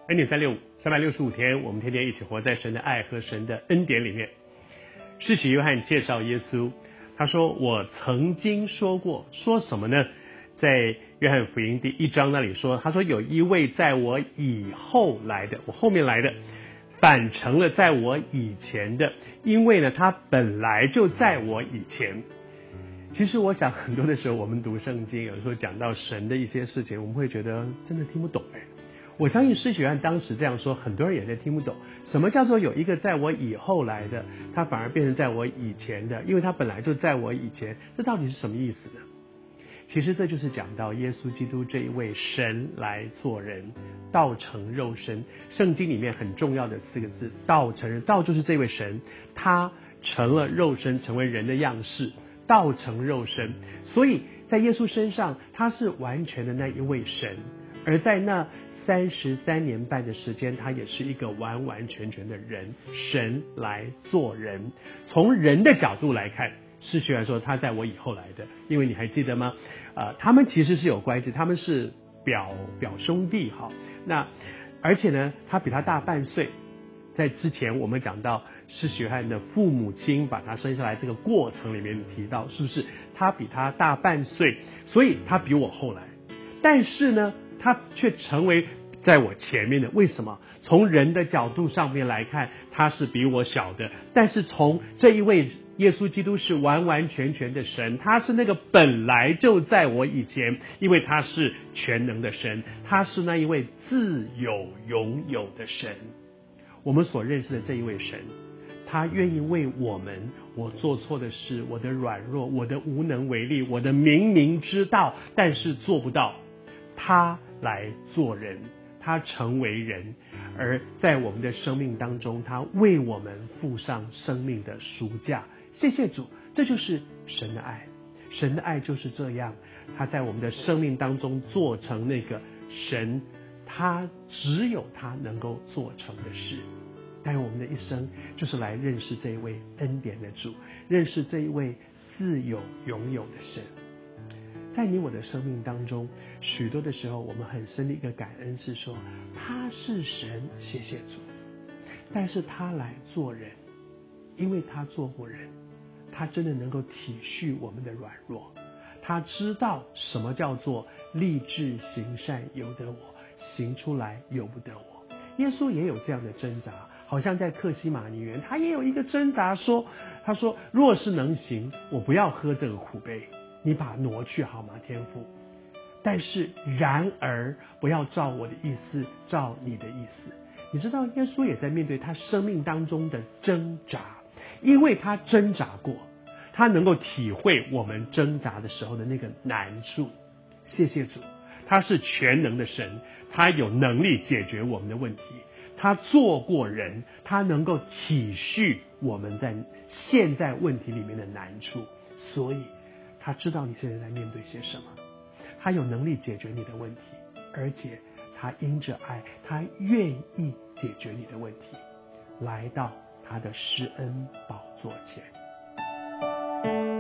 恩典365天，我们天天一起活在神的爱和神的恩典里面。施洗约翰介绍耶稣，他说我曾经说过，说什么呢？在约翰福音第1章那里说，他说有一位在我以后来的，我后面来的，反成了在我以前的，因为呢他本来就在我以前。其实我想很多的时候我们读圣经，有时候讲到神的一些事情，我们会觉得真的听不懂。我相信施洗约翰当时这样说，很多人也在听不懂，什么叫做有一个在我以后来的，他反而变成在我以前的，因为他本来就在我以前，这到底是什么意思呢？其实这就是讲到耶稣基督这一位神来做人，道成肉身。圣经里面很重要的4个字，道成人，道就是这位神，他成了肉身，成为人的样式，道成肉身。所以在耶稣身上，他是完全的那一位神，而在那33年半的时间，他也是一个完完全全的人，神来做人。从人的角度来看，施洗约翰说他在我以后来的，因为你还记得吗？他们其实是有关系，他们是表兄弟哈。那而且呢，他比他大半岁。在之前我们讲到施洗约翰的父母亲把他生下来这个过程里面提到，是不是他比他大半岁，所以他比我后来。但是呢，他却成为在我前面的，为什么？从人的角度上面来看，他是比我小的，但是从这一位耶稣基督是完完全全的神，他是那个本来就在我以前，因为他是全能的神，他是那一位自有永有的神。我们所认识的这一位神，他愿意为我做错的事，我的软弱，我的无能为力，我的明明知道但是做不到，他来做人，他成为人，而在我们的生命当中，他为我们付上生命的赎价。谢谢主，这就是神的爱。神的爱就是这样，他在我们的生命当中做成那个神，他只有他能够做成的事。但我们的一生就是来认识这一位恩典的主，认识这一位自有永有的神。在你我的生命当中，许多的时候我们很深的一个感恩是说，他是神，谢谢主，但是他来做人，因为他做过人，他真的能够体恤我们的软弱，他知道什么叫做立志行善由得我，行出来由不得我。耶稣也有这样的挣扎，好像在客西马尼园，他也有一个挣扎，他说若是能行，我不要喝这个苦杯，你把它挪去好吗，天父？但是然而不要照我的意思，照你的意思。你知道耶稣也在面对他生命当中的挣扎，因为他挣扎过，他能够体会我们挣扎的时候的那个难处。谢谢主，他是全能的神，他有能力解决我们的问题，他做过人，他能够体恤我们在现在问题里面的难处，所以他知道你现在在面对些什么，他有能力解决你的问题，而且他因着爱，他愿意解决你的问题，来到他的施恩宝座前。